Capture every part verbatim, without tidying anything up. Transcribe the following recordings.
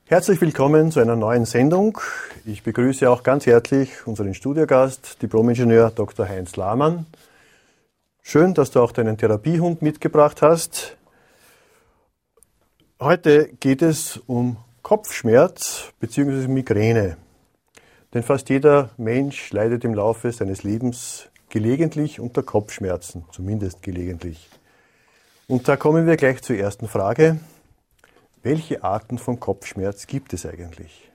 Herzlich willkommen zu einer neuen Sendung. Ich begrüße auch ganz herzlich unseren Studiogast, Diplom-Ingenieur Doktor Heinz Lahmann. Schön, dass du auch deinen Therapiehund mitgebracht hast. Heute geht es um Kopfschmerz bzw. Migräne. Denn fast jeder Mensch leidet im Laufe seines Lebens gelegentlich unter Kopfschmerzen, zumindest gelegentlich. Und da kommen wir gleich zur ersten Frage. Welche Arten von Kopfschmerz gibt es eigentlich?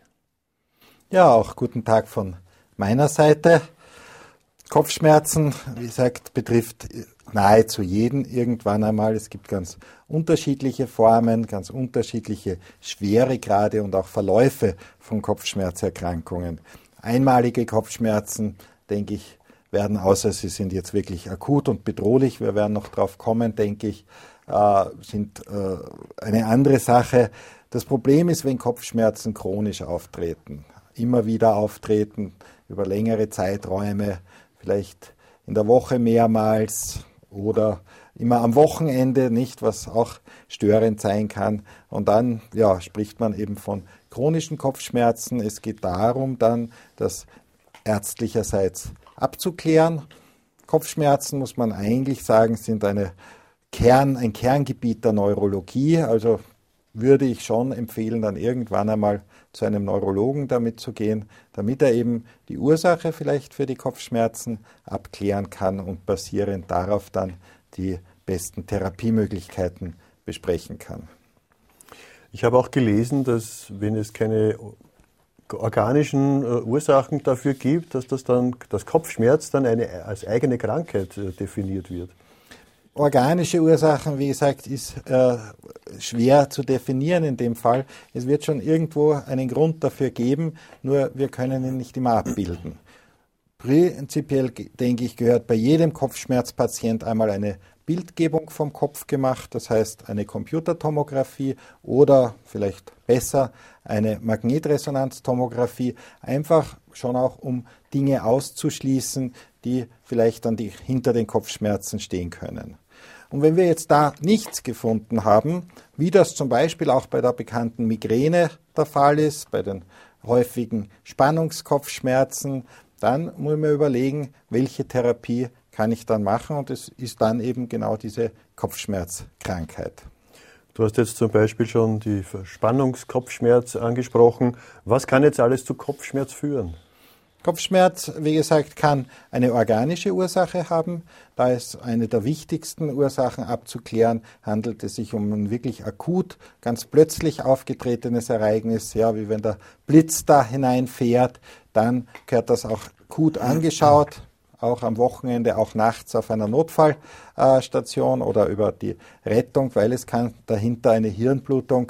Ja, auch guten Tag von meiner Seite. Kopfschmerzen, wie gesagt, betrifft nahezu jeden irgendwann einmal. Es gibt ganz unterschiedliche Formen, ganz unterschiedliche Schweregrade und auch Verläufe von Kopfschmerzerkrankungen. Einmalige Kopfschmerzen, denke ich, werden, außer sie sind jetzt wirklich akut und bedrohlich, wir werden noch drauf kommen, denke ich, äh, sind äh, eine andere Sache. Das Problem ist, wenn Kopfschmerzen chronisch auftreten, immer wieder auftreten, über längere Zeiträume, vielleicht in der Woche mehrmals oder immer am Wochenende, nicht, was auch störend sein kann. Und dann ja, spricht man eben von chronischen Kopfschmerzen. Es geht darum dann, das ärztlicherseits abzuklären. Kopfschmerzen, muss man eigentlich sagen, sind eine Kern, ein Kerngebiet der Neurologie. Also würde ich schon empfehlen, dann irgendwann einmal zu einem Neurologen damit zu gehen, damit er eben die Ursache vielleicht für die Kopfschmerzen abklären kann und basierend darauf dann die besten Therapiemöglichkeiten besprechen kann. Ich habe auch gelesen, dass wenn es keine organischen äh, Ursachen dafür gibt, dass das dann das Kopfschmerz dann eine, als eigene Krankheit äh, definiert wird. Organische Ursachen, wie gesagt, ist äh, schwer zu definieren in dem Fall. Es wird schon irgendwo einen Grund dafür geben, nur wir können ihn nicht immer abbilden. Prinzipiell, denke ich, gehört bei jedem Kopfschmerzpatient einmal eine Bildgebung vom Kopf gemacht, das heißt eine Computertomographie oder vielleicht besser eine Magnetresonanztomographie, einfach schon auch um Dinge auszuschließen, die vielleicht dann die, hinter den Kopfschmerzen stehen können. Und wenn wir jetzt da nichts gefunden haben, wie das zum Beispiel auch bei der bekannten Migräne der Fall ist, bei den häufigen Spannungskopfschmerzen, dann muss man überlegen, welche Therapie kann ich dann machen, und es ist dann eben genau diese Kopfschmerzkrankheit. Du hast jetzt zum Beispiel schon die Spannungskopfschmerz angesprochen. Was kann jetzt alles zu Kopfschmerz führen? Kopfschmerz, wie gesagt, kann eine organische Ursache haben. Da ist eine der wichtigsten Ursachen abzuklären, handelt es sich um ein wirklich akut, ganz plötzlich aufgetretenes Ereignis, ja, wie wenn der Blitz da hineinfährt, dann gehört das auch akut angeschaut, auch am Wochenende, auch nachts auf einer Notfallstation oder über die Rettung, weil es kann dahinter eine Hirnblutung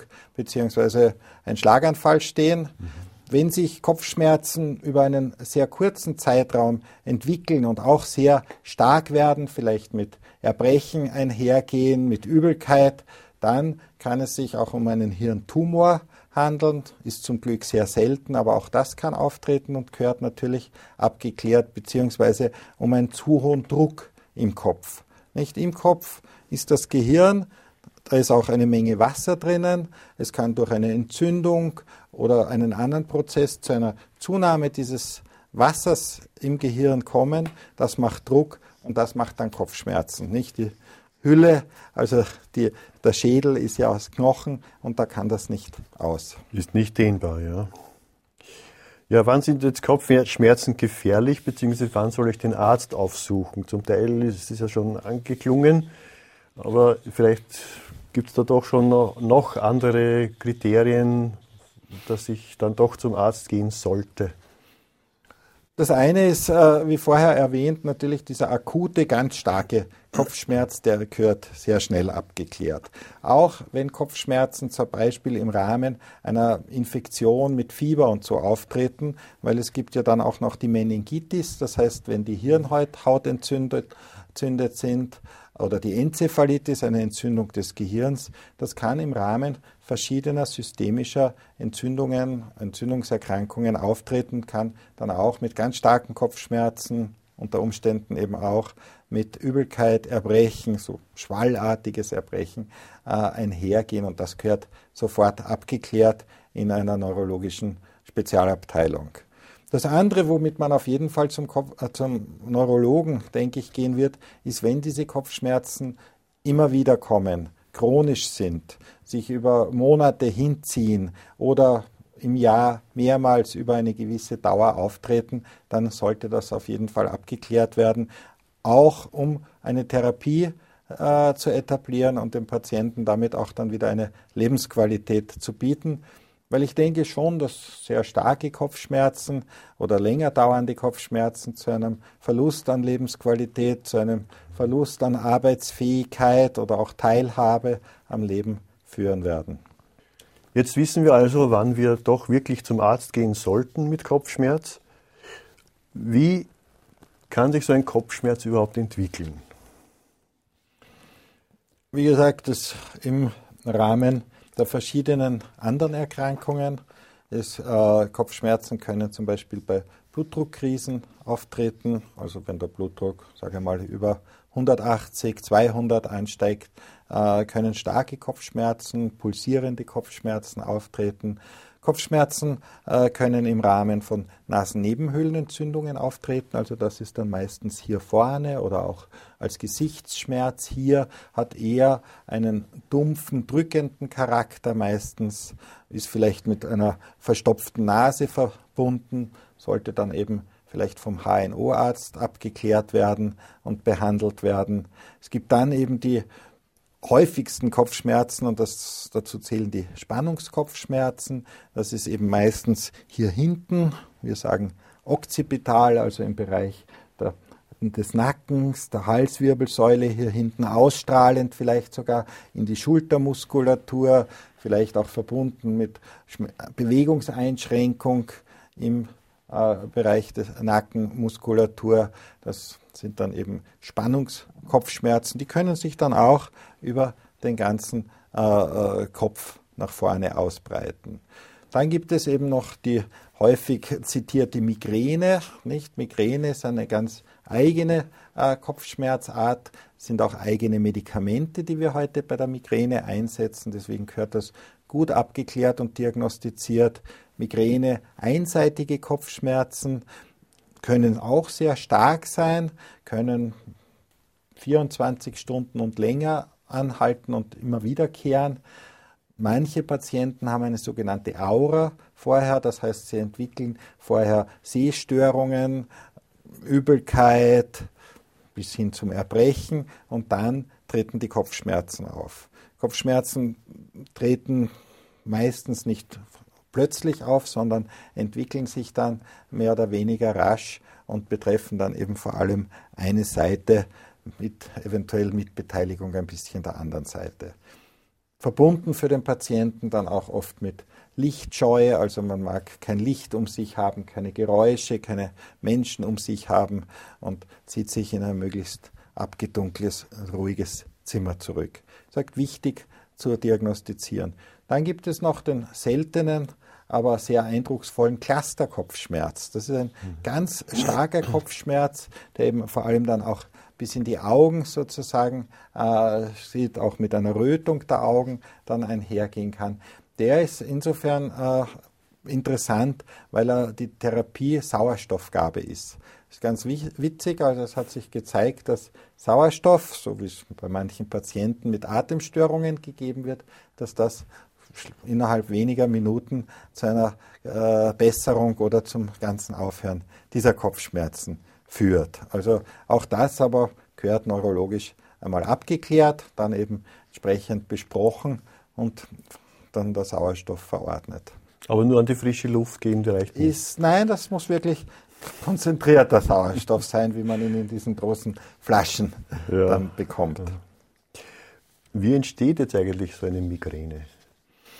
bzw. ein Schlaganfall stehen. Mhm. Wenn sich Kopfschmerzen über einen sehr kurzen Zeitraum entwickeln und auch sehr stark werden, vielleicht mit Erbrechen einhergehen, mit Übelkeit, dann kann es sich auch um einen Hirntumor handeln, ist zum Glück sehr selten, aber auch das kann auftreten und gehört natürlich abgeklärt, beziehungsweise um einen zu hohen Druck im Kopf. Nicht im Kopf ist das Gehirn, da ist auch eine Menge Wasser drinnen. Es kann durch eine Entzündung oder einen anderen Prozess zu einer Zunahme dieses Wassers im Gehirn kommen. Das macht Druck und das macht dann Kopfschmerzen. Nicht die Hülle, also die, der Schädel ist ja aus Knochen und da kann das nicht aus. Ist nicht dehnbar, ja. Ja, wann sind jetzt Kopfschmerzen gefährlich, beziehungsweise wann soll ich den Arzt aufsuchen? Zum Teil ist es ja schon angeklungen, aber vielleicht gibt es da doch schon noch, noch andere Kriterien, dass ich dann doch zum Arzt gehen sollte. Das eine ist, äh, wie vorher erwähnt, natürlich dieser akute, ganz starke Kopfschmerz, der gehört sehr schnell abgeklärt. Auch wenn Kopfschmerzen zum Beispiel im Rahmen einer Infektion mit Fieber und so auftreten, weil es gibt ja dann auch noch die Meningitis, das heißt, wenn die Hirnhaut entzündet, entzündet sind, oder die Enzephalitis, eine Entzündung des Gehirns, das kann im Rahmen verschiedener systemischer Entzündungen, Entzündungserkrankungen auftreten, kann dann auch mit ganz starken Kopfschmerzen, unter Umständen eben auch mit Übelkeit, Erbrechen, so schwallartiges Erbrechen äh, einhergehen und das gehört sofort abgeklärt in einer neurologischen Spezialabteilung. Das andere, womit man auf jeden Fall zum, Kopf, äh, zum Neurologen, denke ich, gehen wird, ist, wenn diese Kopfschmerzen immer wieder kommen, chronisch sind, sich über Monate hinziehen oder im Jahr mehrmals über eine gewisse Dauer auftreten, dann sollte das auf jeden Fall abgeklärt werden, auch um eine Therapie äh, zu etablieren und dem Patienten damit auch dann wieder eine Lebensqualität zu bieten. Weil ich denke schon, dass sehr starke Kopfschmerzen oder länger dauernde Kopfschmerzen zu einem Verlust an Lebensqualität, zu einem Verlust an Arbeitsfähigkeit oder auch Teilhabe am Leben führen werden. Jetzt wissen wir also, wann wir doch wirklich zum Arzt gehen sollten mit Kopfschmerz. Wie kann sich so ein Kopfschmerz überhaupt entwickeln? Wie gesagt, das im Rahmen der verschiedenen anderen Erkrankungen. Es, äh, Kopfschmerzen können zum Beispiel bei Blutdruckkrisen auftreten, also wenn der Blutdruck, sage ich mal, über hundertachtzig, zweihundert ansteigt, äh, können starke Kopfschmerzen, pulsierende Kopfschmerzen auftreten. Kopfschmerzen äh, können im Rahmen von Nasennebenhöhlenentzündungen auftreten, also das ist dann meistens hier vorne oder auch als Gesichtsschmerz hier, hat eher einen dumpfen, drückenden Charakter meistens, ist vielleicht mit einer verstopften Nase verbunden, sollte dann eben vielleicht vom H N O-Arzt abgeklärt werden und behandelt werden. Es gibt dann eben die häufigsten Kopfschmerzen und das, dazu zählen die Spannungskopfschmerzen. Das ist eben meistens hier hinten, wir sagen okzipital, also im Bereich der, des Nackens, der Halswirbelsäule, hier hinten ausstrahlend vielleicht sogar in die Schultermuskulatur, vielleicht auch verbunden mit Bewegungseinschränkung im äh, Bereich der Nackenmuskulatur. Das sind dann eben Spannungskopfschmerzen. Die können sich dann auch über den ganzen äh, Kopf nach vorne ausbreiten. Dann gibt es eben noch die häufig zitierte Migräne. Nicht? Migräne ist eine ganz eigene äh, Kopfschmerzart, sind auch eigene Medikamente, die wir heute bei der Migräne einsetzen. Deswegen gehört das gut abgeklärt und diagnostiziert. Migräne, einseitige Kopfschmerzen können auch sehr stark sein, können vierundzwanzig Stunden und länger anhalten und immer wiederkehren. Manche Patienten haben eine sogenannte Aura vorher, das heißt, sie entwickeln vorher Sehstörungen, Übelkeit bis hin zum Erbrechen und dann treten die Kopfschmerzen auf. Kopfschmerzen treten meistens nicht plötzlich auf, sondern entwickeln sich dann mehr oder weniger rasch und betreffen dann eben vor allem eine Seite, mit eventuell Mitbeteiligung ein bisschen der anderen Seite. Verbunden für den Patienten dann auch oft mit Lichtscheue, also man mag kein Licht um sich haben, keine Geräusche, keine Menschen um sich haben und zieht sich in ein möglichst abgedunkeltes, ruhiges Zimmer zurück. Das ist wichtig zu diagnostizieren. Dann gibt es noch den seltenen, aber sehr eindrucksvollen Clusterkopfschmerz. Das ist ein ganz starker Kopfschmerz, der eben vor allem dann auch bis in die Augen sozusagen äh, sieht, auch mit einer Rötung der Augen dann einhergehen kann. Der ist insofern äh, interessant, weil er die Therapie Sauerstoffgabe ist. Das ist ganz witzig, also es hat sich gezeigt, dass Sauerstoff, so wie es bei manchen Patienten mit Atemstörungen gegeben wird, dass das innerhalb weniger Minuten zu einer äh, Besserung oder zum ganzen Aufhören dieser Kopfschmerzen führt. Also auch das aber gehört neurologisch einmal abgeklärt, dann eben entsprechend besprochen und dann der Sauerstoff verordnet. Aber nur an die frische Luft gehen, die reicht nicht? Ist, nein, das muss wirklich konzentrierter Sauerstoff sein, wie man ihn in diesen großen Flaschen ja. dann bekommt. Wie entsteht jetzt eigentlich so eine Migräne?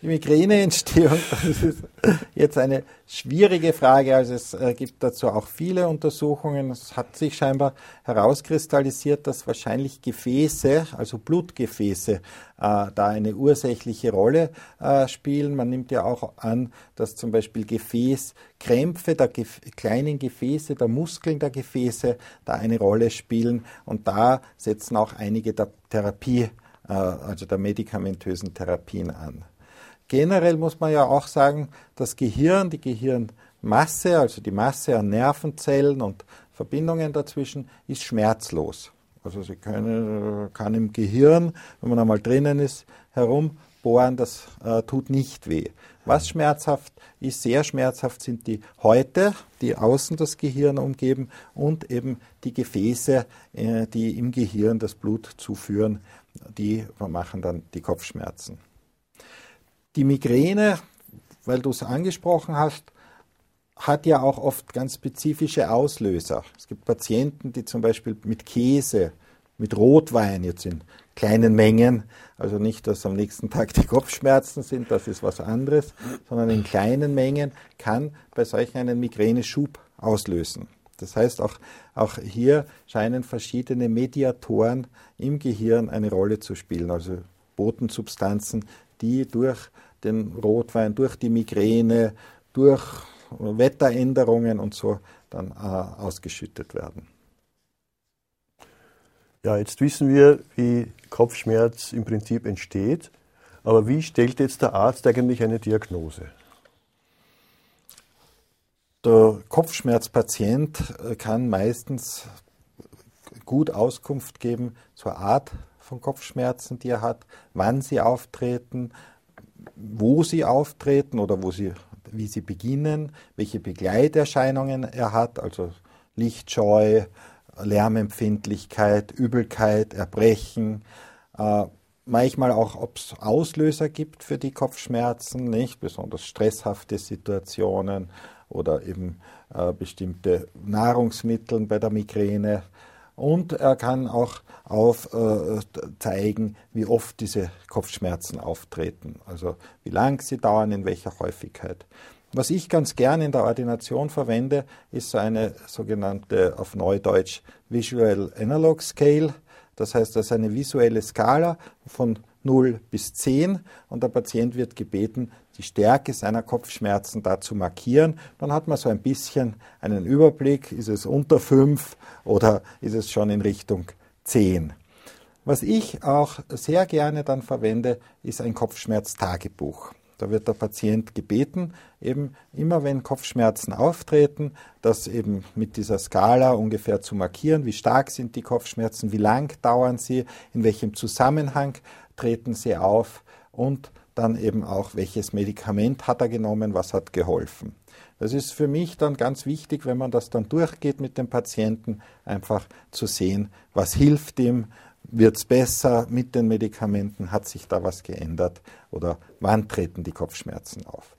Die Migräneentstehung, das ist jetzt eine schwierige Frage. Also es äh, gibt dazu auch viele Untersuchungen. Es hat sich scheinbar herauskristallisiert, dass wahrscheinlich Gefäße, also Blutgefäße, äh, da eine ursächliche Rolle äh, spielen. Man nimmt ja auch an, dass zum Beispiel Gefäßkrämpfe der Gef- kleinen Gefäße, der Muskeln der Gefäße da eine Rolle spielen. Und da setzen auch einige der Therapie, äh, also der medikamentösen Therapien an. Generell muss man ja auch sagen, das Gehirn, die Gehirnmasse, also die Masse an Nervenzellen und Verbindungen dazwischen, ist schmerzlos. Also sie können, kann im Gehirn, wenn man einmal drinnen ist, herumbohren, das äh, tut nicht weh. Was schmerzhaft ist, sehr schmerzhaft sind die Häute, die außen das Gehirn umgeben, und eben die Gefäße, äh, die im Gehirn das Blut zuführen, die machen dann die Kopfschmerzen. Die Migräne, weil du es angesprochen hast, hat ja auch oft ganz spezifische Auslöser. Es gibt Patienten, die zum Beispiel mit Käse, mit Rotwein jetzt in kleinen Mengen, also nicht, dass am nächsten Tag die Kopfschmerzen sind, das ist was anderes, sondern in kleinen Mengen kann bei solchen einen Migräneschub auslösen. Das heißt, auch, auch hier scheinen verschiedene Mediatoren im Gehirn eine Rolle zu spielen, also Botensubstanzen, die durch den Rotwein, durch die Migräne, durch Wetteränderungen und so dann äh, ausgeschüttet werden. Ja, jetzt wissen wir, wie Kopfschmerz im Prinzip entsteht, aber wie stellt jetzt der Arzt eigentlich eine Diagnose? Der Kopfschmerzpatient kann meistens gut Auskunft geben zur Art von Kopfschmerzen, die er hat, wann sie auftreten, wo sie auftreten oder wo sie, wie sie beginnen, welche Begleiterscheinungen er hat, also Lichtscheu, Lärmempfindlichkeit, Übelkeit, Erbrechen, äh, manchmal auch, ob es Auslöser gibt für die Kopfschmerzen, nicht besonders stresshafte Situationen oder eben äh, bestimmte Nahrungsmittel bei der Migräne. Und er kann auch aufzeigen, wie oft diese Kopfschmerzen auftreten, also wie lang sie dauern, in welcher Häufigkeit. Was ich ganz gerne in der Ordination verwende, ist so eine sogenannte, auf Neudeutsch, Visual Analog Scale. Das heißt, das ist eine visuelle Skala von null bis zehn und der Patient wird gebeten, die Stärke seiner Kopfschmerzen da zu markieren. Dann hat man so ein bisschen einen Überblick, ist es unter fünf oder ist es schon in Richtung zehn. Was ich auch sehr gerne dann verwende, ist ein Kopfschmerztagebuch. Da wird der Patient gebeten, eben immer wenn Kopfschmerzen auftreten, das eben mit dieser Skala ungefähr zu markieren, wie stark sind die Kopfschmerzen, wie lang dauern sie, in welchem Zusammenhang treten sie auf und dann eben auch, welches Medikament hat er genommen, was hat geholfen. Das ist für mich dann ganz wichtig, wenn man das dann durchgeht mit dem Patienten, einfach zu sehen, was hilft ihm, wird es besser mit den Medikamenten, hat sich da was geändert oder wann treten die Kopfschmerzen auf.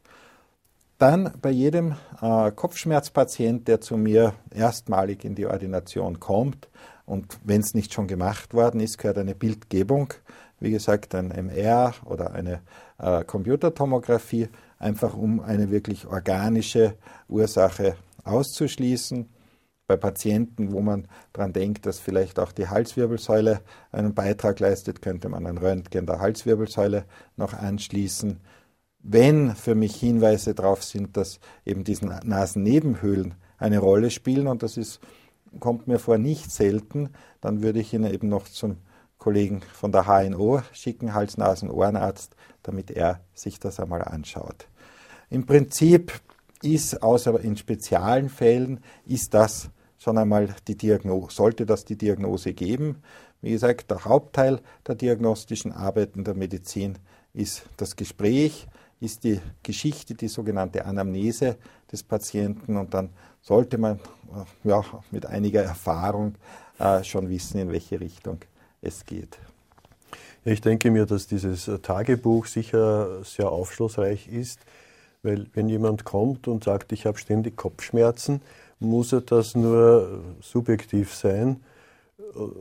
Dann bei jedem äh, Kopfschmerzpatient, der zu mir erstmalig in die Ordination kommt und wenn es nicht schon gemacht worden ist, gehört eine Bildgebung, wie gesagt ein M R oder eine äh, Computertomographie, einfach um eine wirklich organische Ursache auszuschließen. Bei Patienten, wo man daran denkt, dass vielleicht auch die Halswirbelsäule einen Beitrag leistet, könnte man ein Röntgen der Halswirbelsäule noch anschließen. Wenn für mich Hinweise darauf sind, dass eben diese Nasennebenhöhlen eine Rolle spielen, und das ist, kommt mir vor, nicht selten, dann würde ich ihn eben noch zum Kollegen von der H N O schicken, Hals-Nasen-Ohrenarzt, damit er sich das einmal anschaut. Im Prinzip ist, außer in speziellen Fällen, ist das schon einmal die Diagnose, sollte das die Diagnose geben. Wie gesagt, der Hauptteil der diagnostischen Arbeit in der Medizin ist das Gespräch, ist die Geschichte, die sogenannte Anamnese des Patienten, und dann sollte man ja, mit einiger Erfahrung äh, schon wissen, in welche Richtung es geht. Ja, ich denke mir, dass dieses Tagebuch sicher sehr aufschlussreich ist, weil wenn jemand kommt und sagt, ich habe ständig Kopfschmerzen, muss er das nur subjektiv sein.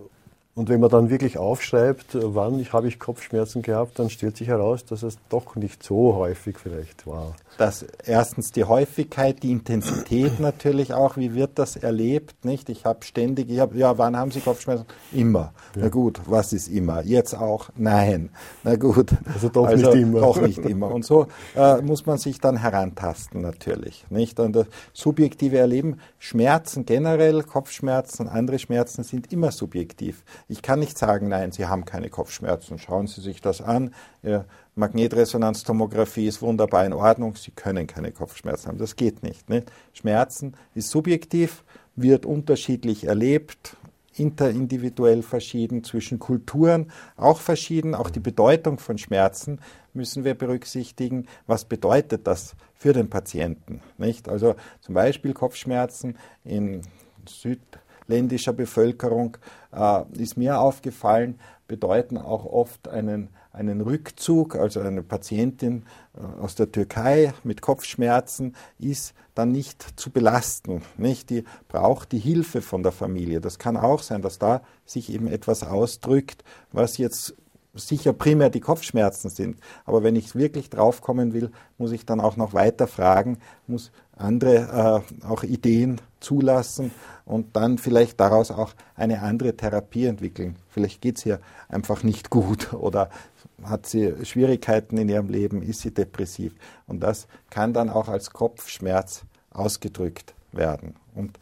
Und wenn man dann wirklich aufschreibt, wann ich, habe ich Kopfschmerzen gehabt, dann stellt sich heraus, dass es doch nicht so häufig vielleicht war. Das erstens die Häufigkeit, die Intensität natürlich auch. Wie wird das erlebt? Nicht? Ich habe ständig, ich habe, ja, wann haben Sie Kopfschmerzen? Immer. Ja. Na gut, was ist immer? Jetzt auch? Nein. Na gut. Also doch also nicht immer. Doch nicht immer. Und so äh, muss man sich dann herantasten natürlich. Nicht? Und das subjektive Erleben, Schmerzen generell, Kopfschmerzen, andere Schmerzen sind immer subjektiv. Ich kann nicht sagen, nein, Sie haben keine Kopfschmerzen. Schauen Sie sich das an. Ja, Magnetresonanztomographie ist wunderbar in Ordnung. Sie können keine Kopfschmerzen haben. Das geht nicht, nicht. Schmerzen ist subjektiv, wird unterschiedlich erlebt, interindividuell verschieden, zwischen Kulturen auch verschieden. Auch die Bedeutung von Schmerzen müssen wir berücksichtigen. Was bedeutet das für den Patienten? Nicht? Also zum Beispiel Kopfschmerzen in südländischer Bevölkerung äh, ist mir aufgefallen, bedeuten auch oft einen, einen Rückzug. Also eine Patientin äh, aus der Türkei mit Kopfschmerzen ist dann nicht zu belasten. Nicht? Die braucht die Hilfe von der Familie. Das kann auch sein, dass da sich eben etwas ausdrückt, was jetzt sicher primär die Kopfschmerzen sind. Aber wenn ich wirklich draufkommen will, muss ich dann auch noch weiter fragen, muss andere äh, auch Ideen zulassen und dann vielleicht daraus auch eine andere Therapie entwickeln. Vielleicht geht es ihr einfach nicht gut oder hat sie Schwierigkeiten in ihrem Leben, ist sie depressiv. Und das kann dann auch als Kopfschmerz ausgedrückt werden. Und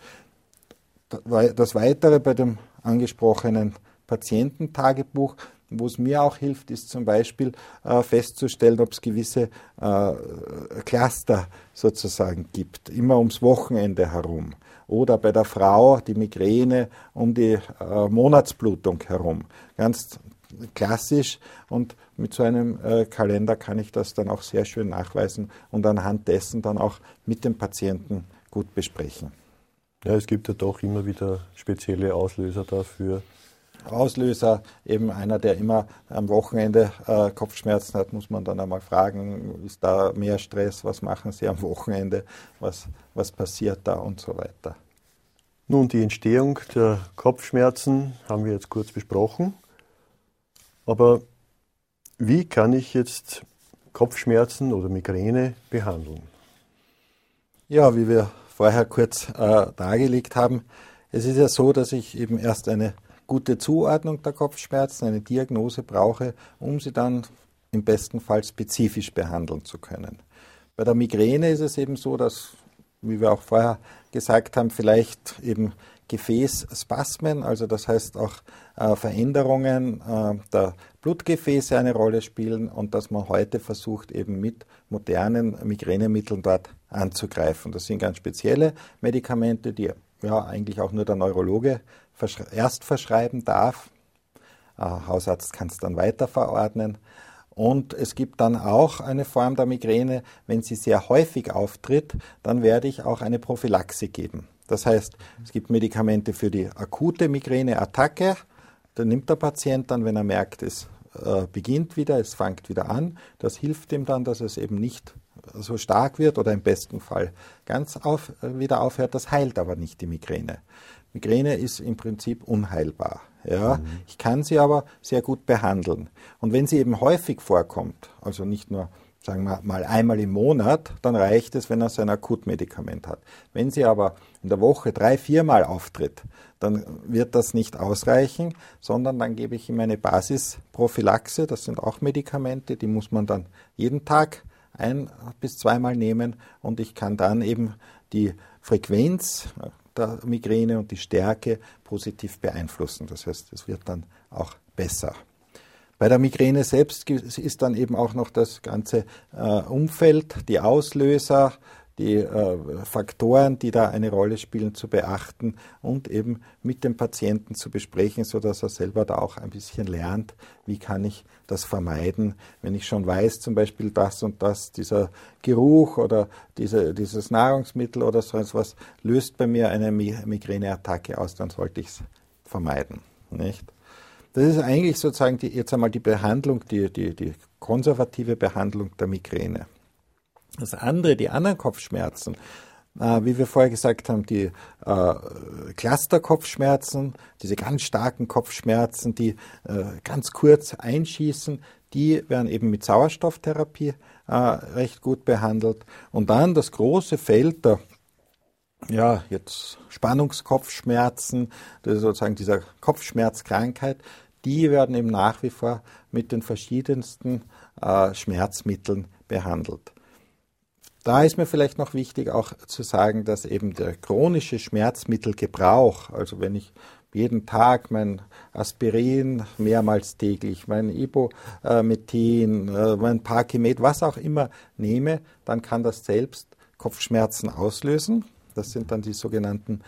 das Weitere bei dem angesprochenen Patiententagebuch, wo es mir auch hilft, ist zum Beispiel äh, festzustellen, ob es gewisse äh, Cluster sozusagen gibt, immer ums Wochenende herum. Oder bei der Frau die Migräne um die äh, Monatsblutung herum. Ganz klassisch, und mit so einem äh, Kalender kann ich das dann auch sehr schön nachweisen und anhand dessen dann auch mit dem Patienten gut besprechen. Ja, es gibt ja doch immer wieder spezielle Auslöser dafür. Auslöser, eben einer, der immer am Wochenende äh, Kopfschmerzen hat, muss man dann einmal fragen, ist da mehr Stress, was machen Sie am Wochenende, was, was passiert da und so weiter. Nun, die Entstehung der Kopfschmerzen haben wir jetzt kurz besprochen, aber wie kann ich jetzt Kopfschmerzen oder Migräne behandeln? Ja, wie wir vorher kurz äh, dargelegt haben, es ist ja so, dass ich eben erst eine gute Zuordnung der Kopfschmerzen, eine Diagnose brauche, um sie dann im besten Fall spezifisch behandeln zu können. Bei der Migräne ist es eben so, dass, wie wir auch vorher gesagt haben, vielleicht eben Gefäßspasmen, also das heißt auch äh, Veränderungen äh, der Blutgefäße eine Rolle spielen und dass man heute versucht, eben mit modernen Migränemitteln dort anzugreifen. Das sind ganz spezielle Medikamente, die ja eigentlich auch nur der Neurologe erst verschreiben darf. Äh, Hausarzt kann es dann weiter verordnen. Und es gibt dann auch eine Form der Migräne, wenn sie sehr häufig auftritt, dann werde ich auch eine Prophylaxe geben. Das heißt, es gibt Medikamente für die akute Migräneattacke. Da nimmt der Patient dann, wenn er merkt, es äh, beginnt wieder, es fängt wieder an. Das hilft ihm dann, dass es eben nicht so stark wird oder im besten Fall ganz auf, äh, wieder aufhört. Das heilt aber nicht die Migräne. Migräne ist im Prinzip unheilbar. Ja? Mhm. Ich kann sie aber sehr gut behandeln. Und wenn sie eben häufig vorkommt, also nicht nur, sagen wir mal, einmal im Monat, dann reicht es, wenn er sein Akutmedikament hat. Wenn sie aber in der Woche drei, viermal auftritt, dann wird das nicht ausreichen, sondern dann gebe ich ihm eine Basisprophylaxe. Das sind auch Medikamente, die muss man dann jeden Tag ein- bis zweimal nehmen und ich kann dann eben die Frequenz der Migräne und die Stärke positiv beeinflussen. Das heißt, es wird dann auch besser. Bei der Migräne selbst ist dann eben auch noch das ganze äh, Umfeld, die Auslöser, die äh, Faktoren, die da eine Rolle spielen, zu beachten und eben mit dem Patienten zu besprechen, sodass er selber da auch ein bisschen lernt, wie kann ich das vermeiden, wenn ich schon weiß, zum Beispiel das und das, dieser Geruch oder diese, dieses Nahrungsmittel oder so etwas löst bei mir eine Migräneattacke aus, dann sollte ich es vermeiden, nicht? Das ist eigentlich sozusagen die, jetzt einmal die Behandlung, die, die, die konservative Behandlung der Migräne. Das andere, die anderen Kopfschmerzen, Äh, wie wir vorher gesagt haben, die äh, Cluster-Kopfschmerzen, diese ganz starken Kopfschmerzen, die äh, ganz kurz einschießen, die werden eben mit Sauerstofftherapie äh, recht gut behandelt. Und dann das große Feld der ja, jetzt Spannungskopfschmerzen, das ist sozusagen dieser Kopfschmerzkrankheit, die werden eben nach wie vor mit den verschiedensten äh, Schmerzmitteln behandelt. Da ist mir vielleicht noch wichtig auch zu sagen, dass eben der chronische Schmerzmittelgebrauch, also wenn ich jeden Tag mein Aspirin mehrmals täglich, mein Ibuprofen, äh, mein Parkimet, was auch immer nehme, dann kann das selbst Kopfschmerzen auslösen. Das sind dann die sogenannten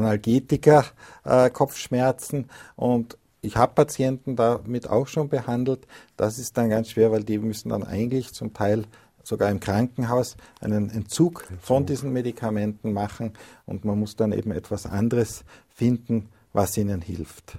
Analgetika-Kopfschmerzen. Und ich habe Patienten damit auch schon behandelt. Das ist dann ganz schwer, weil die müssen dann eigentlich zum Teil sogar im Krankenhaus einen Entzug von diesen Medikamenten machen. Und man muss dann eben etwas anderes finden, was ihnen hilft.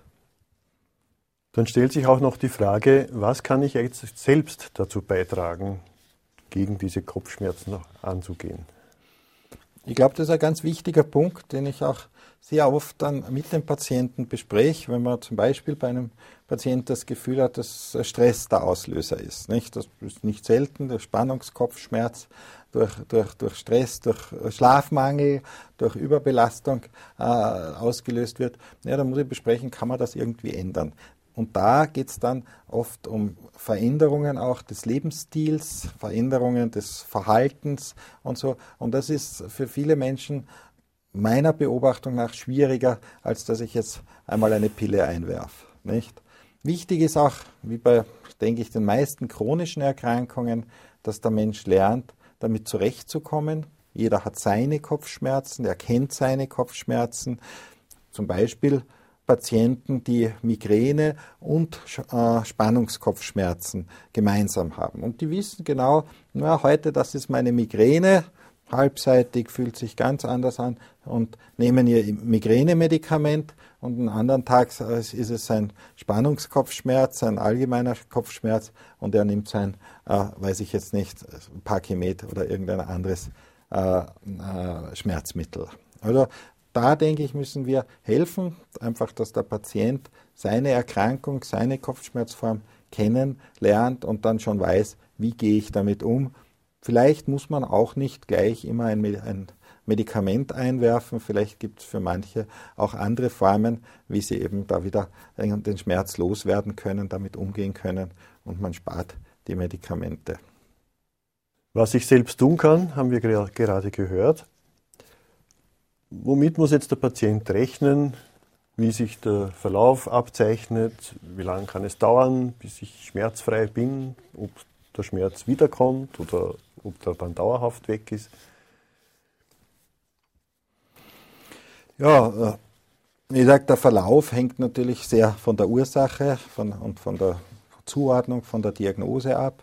Dann stellt sich auch noch die Frage, was kann ich jetzt selbst dazu beitragen, gegen diese Kopfschmerzen noch anzugehen? Ich glaube, das ist ein ganz wichtiger Punkt, den ich auch sehr oft dann mit dem Patienten bespreche, wenn man zum Beispiel bei einem Patienten das Gefühl hat, dass Stress der Auslöser ist. Nicht? Das ist nicht selten, der Spannungskopfschmerz durch, durch, durch Stress, durch Schlafmangel, durch Überbelastung äh, ausgelöst wird. Ja, da muss ich besprechen, kann man das irgendwie ändern. Und da geht es dann oft um Veränderungen auch des Lebensstils, Veränderungen des Verhaltens und so. Und das ist für viele Menschen meiner Beobachtung nach schwieriger, als dass ich jetzt einmal eine Pille einwerfe. Nicht? Wichtig ist auch, wie bei, denke ich, den meisten chronischen Erkrankungen, dass der Mensch lernt, damit zurechtzukommen. Jeder hat seine Kopfschmerzen, er kennt seine Kopfschmerzen. Zum Beispiel Patienten, die Migräne und äh, Spannungskopfschmerzen gemeinsam haben. Und die wissen genau, na, heute, das ist meine Migräne, halbseitig, fühlt sich ganz anders an und nehmen ihr Migränemedikament und einen anderen Tag ist es ein Spannungskopfschmerz, ein allgemeiner Kopfschmerz und er nimmt sein, äh, weiß ich jetzt nicht, Parkimet oder irgendein anderes äh, äh, Schmerzmittel. Also da, denke ich, müssen wir helfen, einfach, dass der Patient seine Erkrankung, seine Kopfschmerzform kennenlernt und dann schon weiß, wie gehe ich damit um. Vielleicht muss man auch nicht gleich immer ein Medikament einwerfen, vielleicht gibt es für manche auch andere Formen, wie sie eben da wieder den Schmerz loswerden können, damit umgehen können und man spart die Medikamente. Was ich selbst tun kann, haben wir gerade gehört. Womit muss jetzt der Patient rechnen, wie sich der Verlauf abzeichnet, wie lange kann es dauern, bis ich schmerzfrei bin, ob der Schmerz wiederkommt oder ob der dann dauerhaft weg ist? Ja, wie gesagt, der Verlauf hängt natürlich sehr von der Ursache von, und von der Zuordnung, von der Diagnose ab.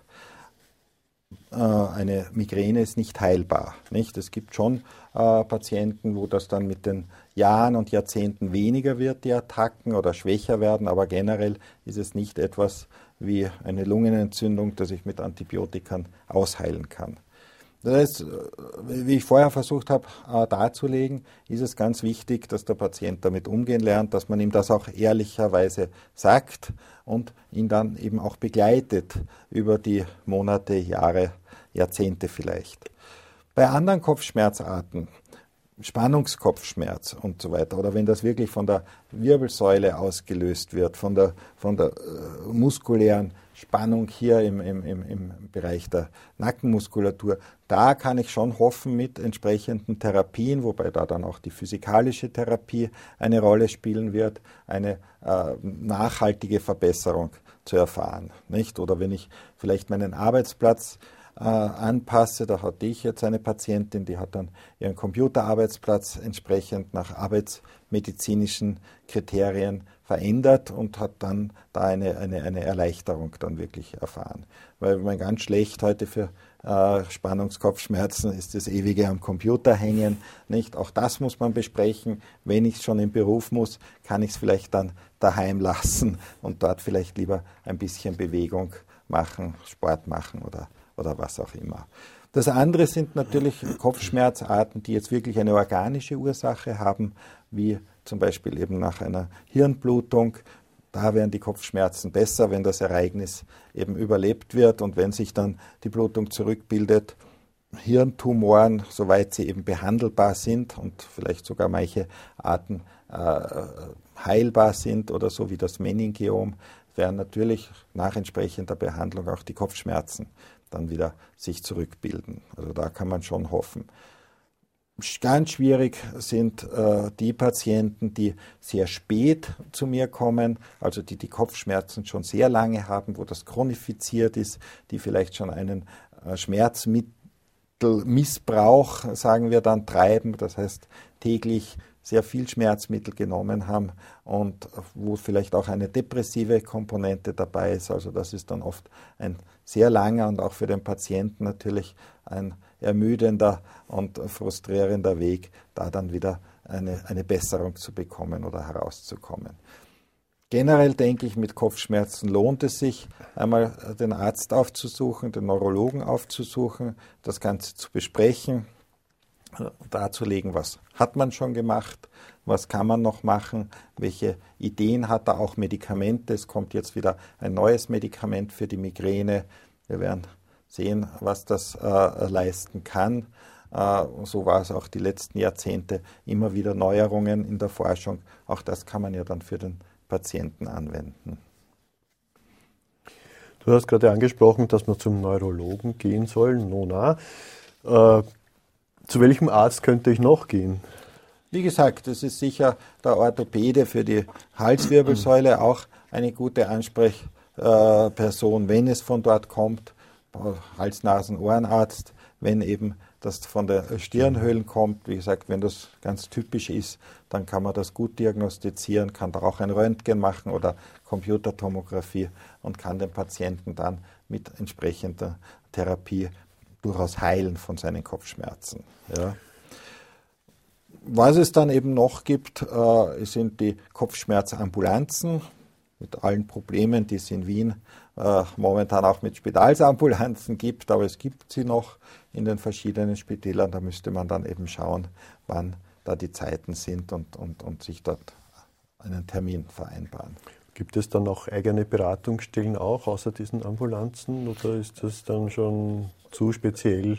Eine Migräne ist nicht heilbar. Nicht? Es gibt schon äh, Patienten, wo das dann mit den Jahren und Jahrzehnten weniger wird, die Attacken oder schwächer werden, aber generell ist es nicht etwas wie eine Lungenentzündung, das ich mit Antibiotikern ausheilen kann. Das heißt, wie ich vorher versucht habe äh, darzulegen, ist es ganz wichtig, dass der Patient damit umgehen lernt, dass man ihm das auch ehrlicherweise sagt und ihn dann eben auch begleitet über die Monate, Jahre, Jahrzehnte vielleicht. Bei anderen Kopfschmerzarten, Spannungskopfschmerz und so weiter, oder wenn das wirklich von der Wirbelsäule ausgelöst wird, von der, von der äh, muskulären Spannung hier im, im, im, im Bereich der Nackenmuskulatur, da kann ich schon hoffen mit entsprechenden Therapien, wobei da dann auch die physikalische Therapie eine Rolle spielen wird, eine äh, nachhaltige Verbesserung zu erfahren. Nicht? Oder wenn ich vielleicht meinen Arbeitsplatz äh, anpasse, da hatte ich jetzt eine Patientin, die hat dann ihren Computerarbeitsplatz entsprechend nach arbeitsmedizinischen Kriterien verändert und hat dann da eine, eine, eine Erleichterung dann wirklich erfahren. Weil man ganz schlecht heute für äh, Spannungskopfschmerzen ist das ewige am Computer hängen. Nicht? Auch das muss man besprechen. Wenn ich schon im Beruf muss, kann ich es vielleicht dann daheim lassen und dort vielleicht lieber ein bisschen Bewegung machen, Sport machen oder, oder was auch immer. Das andere sind natürlich Kopfschmerzarten, die jetzt wirklich eine organische Ursache haben, wie zum Beispiel eben nach einer Hirnblutung. Da wären die Kopfschmerzen besser, wenn das Ereignis eben überlebt wird und wenn sich dann die Blutung zurückbildet. Hirntumoren, soweit sie eben behandelbar sind und vielleicht sogar manche Arten äh, heilbar sind oder so wie das Meningiom, werden natürlich nach entsprechender Behandlung auch die Kopfschmerzen dann wieder sich zurückbilden. Also da kann man schon hoffen. Ganz schwierig sind äh, die Patienten, die sehr spät zu mir kommen, also die die Kopfschmerzen schon sehr lange haben, wo das chronifiziert ist, die vielleicht schon einen äh, Schmerzmittelmissbrauch, sagen wir dann, treiben, das heißt täglich sehr viel Schmerzmittel genommen haben und wo vielleicht auch eine depressive Komponente dabei ist. Also das ist dann oft ein sehr langer und auch für den Patienten natürlich ein ermüdender und frustrierender Weg, da dann wieder eine, eine Besserung zu bekommen oder herauszukommen. Generell denke ich, mit Kopfschmerzen lohnt es sich, einmal den Arzt aufzusuchen, den Neurologen aufzusuchen, das Ganze zu besprechen, darzulegen, was hat man schon gemacht, was kann man noch machen, welche Ideen hat er, auch Medikamente. Es kommt jetzt wieder ein neues Medikament für die Migräne. Wir werden sehen, was das äh, leisten kann. Äh, so war es auch die letzten Jahrzehnte, immer wieder Neuerungen in der Forschung. Auch das kann man ja dann für den Patienten anwenden. Du hast gerade angesprochen, dass man zum Neurologen gehen soll. Nona. Äh, Zu welchem Arzt könnte ich noch gehen? Wie gesagt, das ist sicher der Orthopäde für die Halswirbelsäule auch eine gute Ansprechperson, wenn es von dort kommt. Hals-Nasen-Ohrenarzt, wenn eben das von der Stirnhöhlen kommt. Wie gesagt, wenn das ganz typisch ist, dann kann man das gut diagnostizieren, kann da auch ein Röntgen machen oder Computertomographie und kann den Patienten dann mit entsprechender Therapie durchaus heilen von seinen Kopfschmerzen. Ja. Was es dann eben noch gibt, äh, sind die Kopfschmerzambulanzen mit allen Problemen, die es in Wien äh, momentan auch mit Spitalsambulanzen gibt, aber es gibt sie noch in den verschiedenen Spitälern. Da müsste man dann eben schauen, wann da die Zeiten sind und, und, und sich dort einen Termin vereinbaren. Gibt es dann noch eigene Beratungsstellen auch außer diesen Ambulanzen oder ist das dann schon zu speziell?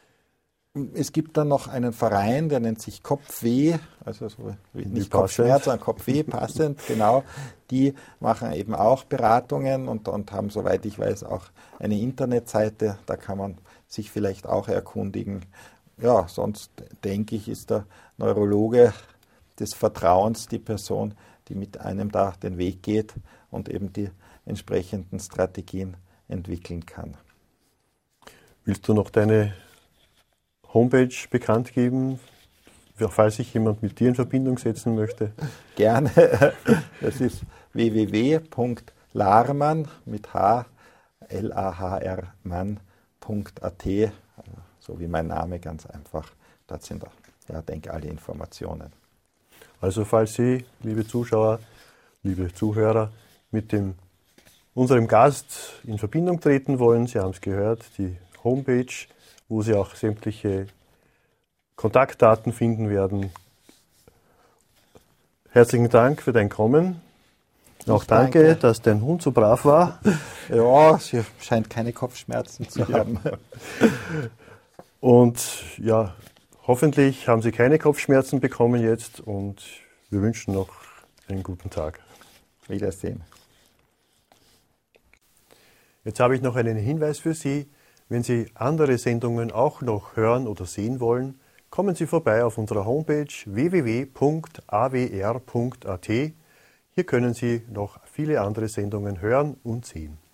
Es gibt dann noch einen Verein, der nennt sich Kopfweh, also so wie nicht Kopfschmerz, sondern Kopfweh, passend, genau. Die machen eben auch Beratungen und, und haben, soweit ich weiß, auch eine Internetseite. Da kann man sich vielleicht auch erkundigen. Ja, sonst denke ich, ist der Neurologe des Vertrauens die Person, die mit einem da den Weg geht und eben die entsprechenden Strategien entwickeln kann. Willst du noch deine Homepage bekannt geben, falls sich jemand mit dir in Verbindung setzen möchte? Gerne. Das ist w w w punkt larmann mit H, L A H R Mann punkt A T, so wie mein Name, ganz einfach. Dort sind, ja, denke alle Informationen. Also falls Sie, liebe Zuschauer, liebe Zuhörer, mit dem, unserem Gast in Verbindung treten wollen, Sie haben es gehört, die Homepage, wo Sie auch sämtliche Kontaktdaten finden werden. Herzlichen Dank für dein Kommen. Auch danke, danke, dass dein Hund so brav war. Ja, sie scheint keine Kopfschmerzen zu haben. Und ja, hoffentlich haben Sie keine Kopfschmerzen bekommen jetzt und wir wünschen noch einen guten Tag. Wiedersehen. Jetzt habe ich noch einen Hinweis für Sie. Wenn Sie andere Sendungen auch noch hören oder sehen wollen, kommen Sie vorbei auf unserer Homepage w w w punkt a w r punkt a t. Hier können Sie noch viele andere Sendungen hören und sehen.